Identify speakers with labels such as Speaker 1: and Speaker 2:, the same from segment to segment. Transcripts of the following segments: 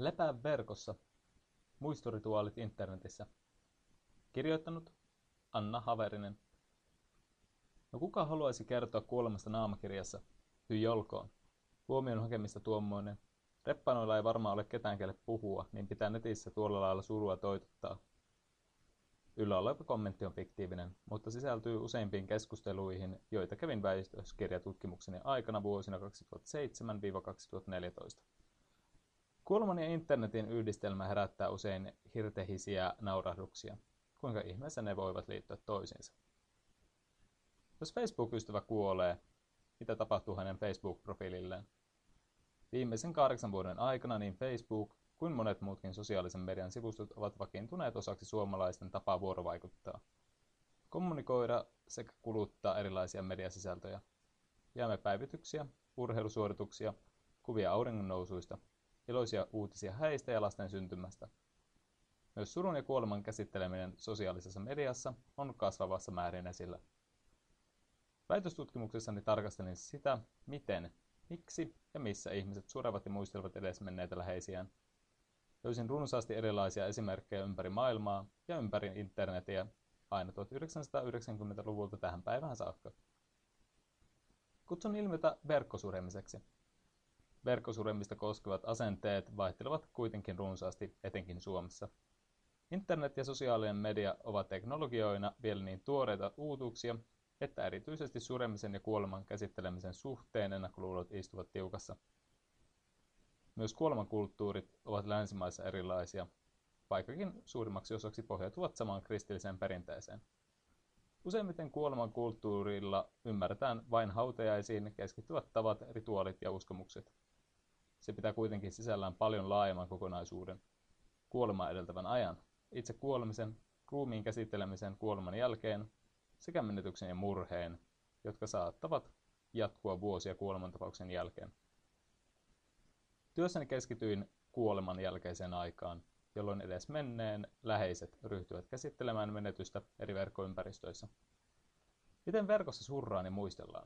Speaker 1: Lepää verkossa. Muistorituaalit internetissä. Kirjoittanut Anna Haverinen. No kuka haluaisi kertoa kuolemasta naamakirjassa? Hyi olkoon. Huomion hakemista tuommoinen. Reppanoilla ei varmaan ole ketään kelle puhua, niin pitää netissä tuolla lailla surua toitottaa. Yllä oleva kommentti on fiktiivinen, mutta sisältyy useimpiin keskusteluihin, joita kävin väitöskirjatutkimukseni aikana vuosina 2007–2014. Kuoleman ja internetin yhdistelmä herättää usein hirtehisiä naurahduksia. Kuinka ihmeessä ne voivat liittyä toisiinsa? Jos Facebook-ystävä kuolee, mitä tapahtuu hänen Facebook-profiililleen? Viimeisen 8 vuoden aikana niin Facebook kuin monet muutkin sosiaalisen median sivustot ovat vakiintuneet osaksi suomalaisten tapaa vuorovaikuttaa, kommunikoida sekä kuluttaa erilaisia mediasisältöjä. Jaamme päivityksiä, urheilusuorituksia, kuvia auringonnousuista, iloisia uutisia häistä ja lasten syntymästä. Myös surun ja kuoleman käsitteleminen sosiaalisessa mediassa on kasvavassa määrin esillä. Väitöstutkimuksessani tarkastelin sitä, miten, miksi ja missä ihmiset surevat ja muistelevat edesmenneitä läheisiään. Löysin runsaasti erilaisia esimerkkejä ympäri maailmaa ja ympäri internetiä aina 1990-luvulta tähän päivään saakka. Kutsun ilmiötä verkkosuremiseksi. Verkkosuremista koskevat asenteet vaihtelevat kuitenkin runsaasti, etenkin Suomessa. Internet ja sosiaalinen media ovat teknologioina vielä niin tuoreita uutuuksia, että erityisesti suremisen ja kuoleman käsittelemisen suhteen ennakkoluulot istuvat tiukassa. Myös kuolemankulttuurit ovat länsimaissa erilaisia, vaikkakin suurimmaksi osaksi pohjautuvat samaan kristilliseen perinteeseen. Useimmiten kuolemankulttuurilla ymmärretään vain hautajaisiin keskittyvät tavat, rituaalit ja uskomukset. Se pitää kuitenkin sisällään paljon laajemman kokonaisuuden, kuolemaa edeltävän ajan, itse kuolemisen, ruumiin käsittelemisen kuoleman jälkeen sekä menetyksen ja murheen, jotka saattavat jatkua vuosia kuolemantapauksen jälkeen. Työssäni keskityin kuoleman jälkeiseen aikaan, jolloin edesmenneen läheiset ryhtyvät käsittelemään menetystä eri verkkoympäristöissä. Miten verkossa surraan ja muistellaan?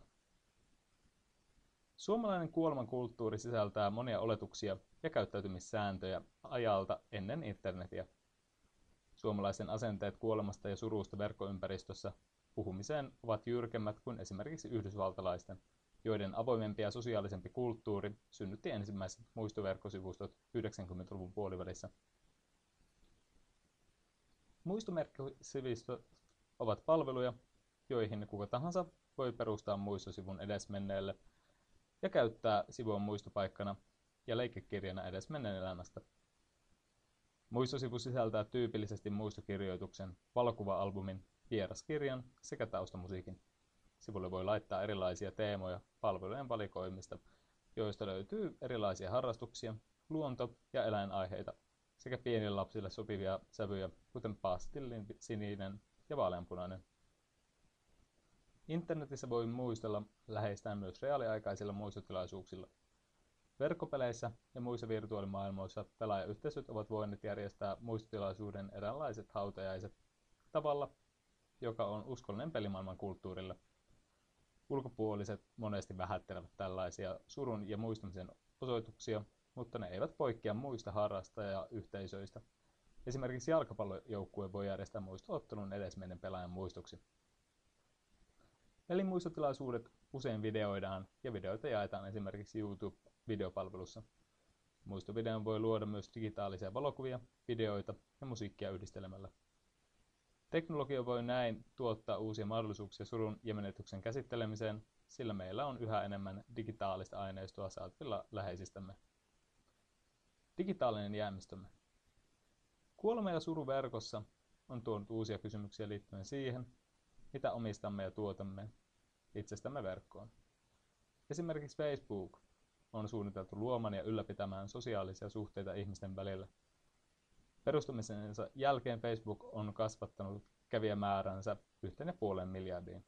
Speaker 1: Suomalainen kuolemankulttuuri sisältää monia oletuksia ja käyttäytymissääntöjä ajalta ennen internetiä. Suomalaisten asenteet kuolemasta ja surusta verkkoympäristössä puhumiseen ovat jyrkemmät kuin esimerkiksi yhdysvaltalaisten, joiden avoimempi ja sosiaalisempi kulttuuri synnytti ensimmäiset muistoverkkosivustot 90-luvun puolivälissä. Muistomerkkisivustot ovat palveluja, joihin kuka tahansa voi perustaa muistosivun edesmenneelle ja käyttää sivua muistopaikkana ja leikkikirjana edesmenneen elämästä. Muistosivu sisältää tyypillisesti muistokirjoituksen, valokuva-albumin, vieraskirjan sekä taustamusiikin. Sivulle voi laittaa erilaisia teemoja palvelujen valikoimista, joista löytyy erilaisia harrastuksia, luonto- ja eläinaiheita sekä pienille lapsille sopivia sävyjä, kuten pastillin sininen ja vaaleanpunainen. Internetissä voi muistella läheistään myös reaaliaikaisilla muistotilaisuuksilla. Verkkopeleissä ja muissa virtuaalimaailmoissa pelaajayhteisöt ovat voineet järjestää muistotilaisuuden eräänlaiset hautajaiset tavalla, joka on uskollinen pelimaailman kulttuurille. Ulkopuoliset monesti vähättelevät tällaisia surun ja muistamisen osoituksia, mutta ne eivät poikkea muista harrastajayhteisöistä. Esimerkiksi jalkapallojoukkue voi järjestää muistoottelun edesmenneen pelaajan muistoksi. Pelimuistotilaisuudet usein videoidaan ja videoita jaetaan esimerkiksi YouTube-videopalvelussa. Muistovideon voi luoda myös digitaalisia valokuvia, videoita ja musiikkia yhdistelemällä. Teknologia voi näin tuottaa uusia mahdollisuuksia surun ja menetyksen käsittelemiseen, sillä meillä on yhä enemmän digitaalista aineistoa saatavilla läheisistämme. Digitaalinen jäämistömme. Kuolema ja suru verkossa on tuonut uusia kysymyksiä liittyen siihen, mitä omistamme ja tuotamme itsestämme verkkoon. Esimerkiksi Facebook on suunniteltu luomaan ja ylläpitämään sosiaalisia suhteita ihmisten välillä. Perustamisensa jälkeen Facebook on kasvattanut kävijämääränsä 1,5 miljardiin.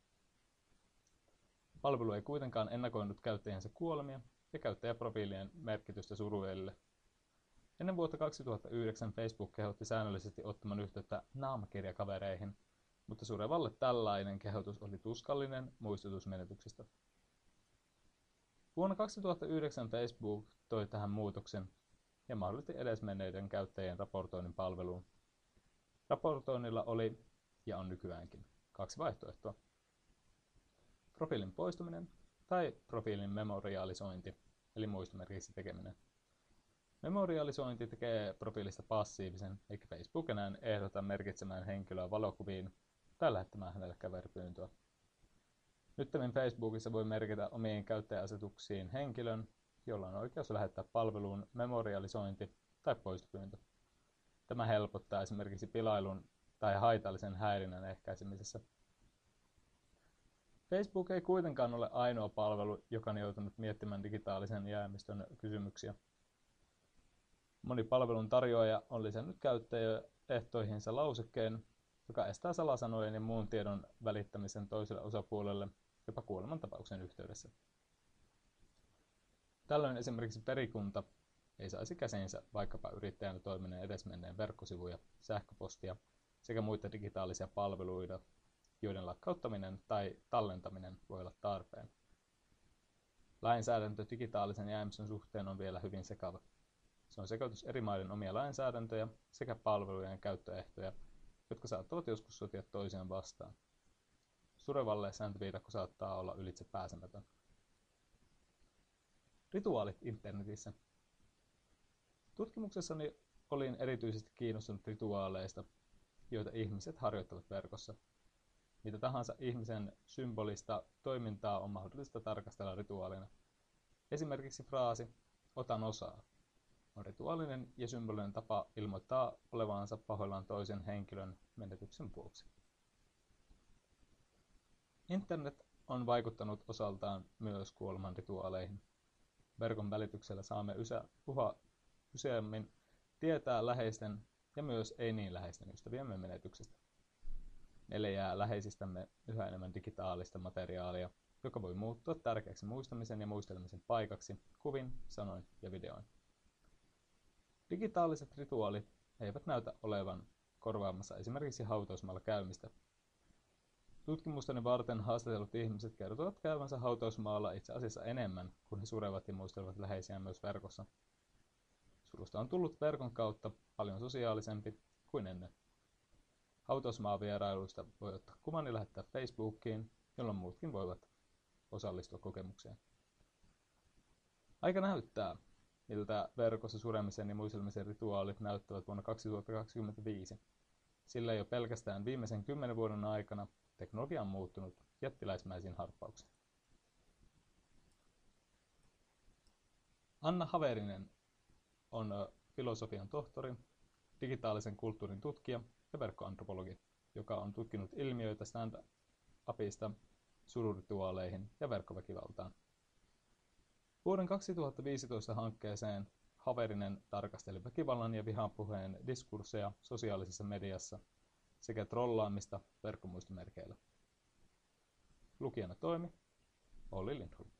Speaker 1: Palvelu ei kuitenkaan ennakoinut käyttäjänsä kuolemia ja käyttäjäprofiilien merkitystä suruille. Ennen vuotta 2009 Facebook kehotti säännöllisesti ottamaan yhteyttä naamakirjakavereihin, mutta surevalle tällainen kehotus oli tuskallinen muistutus menetyksestä. Vuonna 2009 Facebook toi tähän muutoksen. ja mahdollisti edesmenneiden käyttäjien raportoinnin palveluun. Raportoinnilla oli, ja on nykyäänkin, 2 vaihtoehtoa. Profiilin poistuminen tai profiilin memorialisointi, eli muistomerkiksi tekeminen. Memorialisointi tekee profiilista passiivisen, eikä Facebook enää ehdota merkitsemään henkilöä valokuviin tai lähettämään hänelle kaveripyyntöä. Nyttemmin Facebookissa voi merkitä omiin käyttäjäasetuksiin henkilön, jolla on oikeus lähettää palveluun memorialisointi tai poistopyyntö. Tämä helpottaa esimerkiksi pilailun tai haitallisen häirinnän ehkäisemisessä. Facebook ei kuitenkaan ole ainoa palvelu, joka on joutunut miettimään digitaalisen jäämistön kysymyksiä. Moni palvelun tarjoaja on lisännyt käyttäjäehtoihinsa lausekkeen, joka estää salasanojen ja muun tiedon välittämisen toiselle osapuolelle jopa kuolemantapauksen yhteydessä. Tällöin esimerkiksi perikunta ei saisi käsiinsä vaikkapa yrittäjänä toimineen edesmenneen verkkosivuja, sähköpostia sekä muita digitaalisia palveluita, joiden lakkauttaminen tai tallentaminen voi olla tarpeen. Lainsäädäntö digitaalisen jäämistön suhteen on vielä hyvin sekava. Se on sekoitus eri maiden omia lainsäädäntöjä sekä palvelujen käyttöehtoja, jotka saattavat joskus sotia toisiaan vastaan. Surevalle sääntöviidakko saattaa olla ylitse pääsemätön. Rituaalit internetissä. Tutkimuksessani olin erityisesti kiinnostunut rituaaleista, joita ihmiset harjoittavat verkossa. Mitä tahansa ihmisen symbolista toimintaa on mahdollista tarkastella rituaalina. Esimerkiksi fraasi "otan osaa" on rituaalinen ja symbolinen tapa ilmoittaa olevansa pahoillaan toisen henkilön menetyksen vuoksi. Internet on vaikuttanut osaltaan myös kuoleman rituaaleihin. Verkon välityksellä saamme useammin tietää läheisten ja myös ei niin läheisten ystäviemme menetyksestä. Meille jää läheisistämme yhä enemmän digitaalista materiaalia, joka voi muuttua tärkeäksi muistamisen ja muistelemisen paikaksi kuvin, sanoin ja videoin. Digitaaliset rituaalit eivät näytä olevan korvaamassa esimerkiksi hautausmaalla käymistä. Tutkimustani varten haastatellut ihmiset kertovat käyvänsä hautausmaalla itse asiassa enemmän, kun he surevat ja muistelevat läheisiään myös verkossa. Surusta on tullut verkon kautta paljon sosiaalisempi kuin ennen. Hautausmaavierailuista voi ottaa kuvan ja lähettää Facebookiin, jolloin muutkin voivat osallistua kokemukseen. Aika näyttää, miltä verkossa suremisen ja muistelemisen rituaalit näyttävät vuonna 2025. Sillä jo pelkästään viimeisen 10 vuoden aikana teknologia on muuttunut jättiläismäisin harppauksin. Anna Haverinen on filosofian tohtori, digitaalisen kulttuurin tutkija ja verkkoantropologi, joka on tutkinut ilmiöitä stand-upista sururituaaleihin ja verkkoväkivaltaan. Vuoden 2015 hankkeeseen Haverinen tarkasteli väkivallan ja vihapuheen diskursseja sosiaalisessa mediassa sekä trollaamista verkkomuistomerkeillä. Lukijana toimi Olli Lindholm.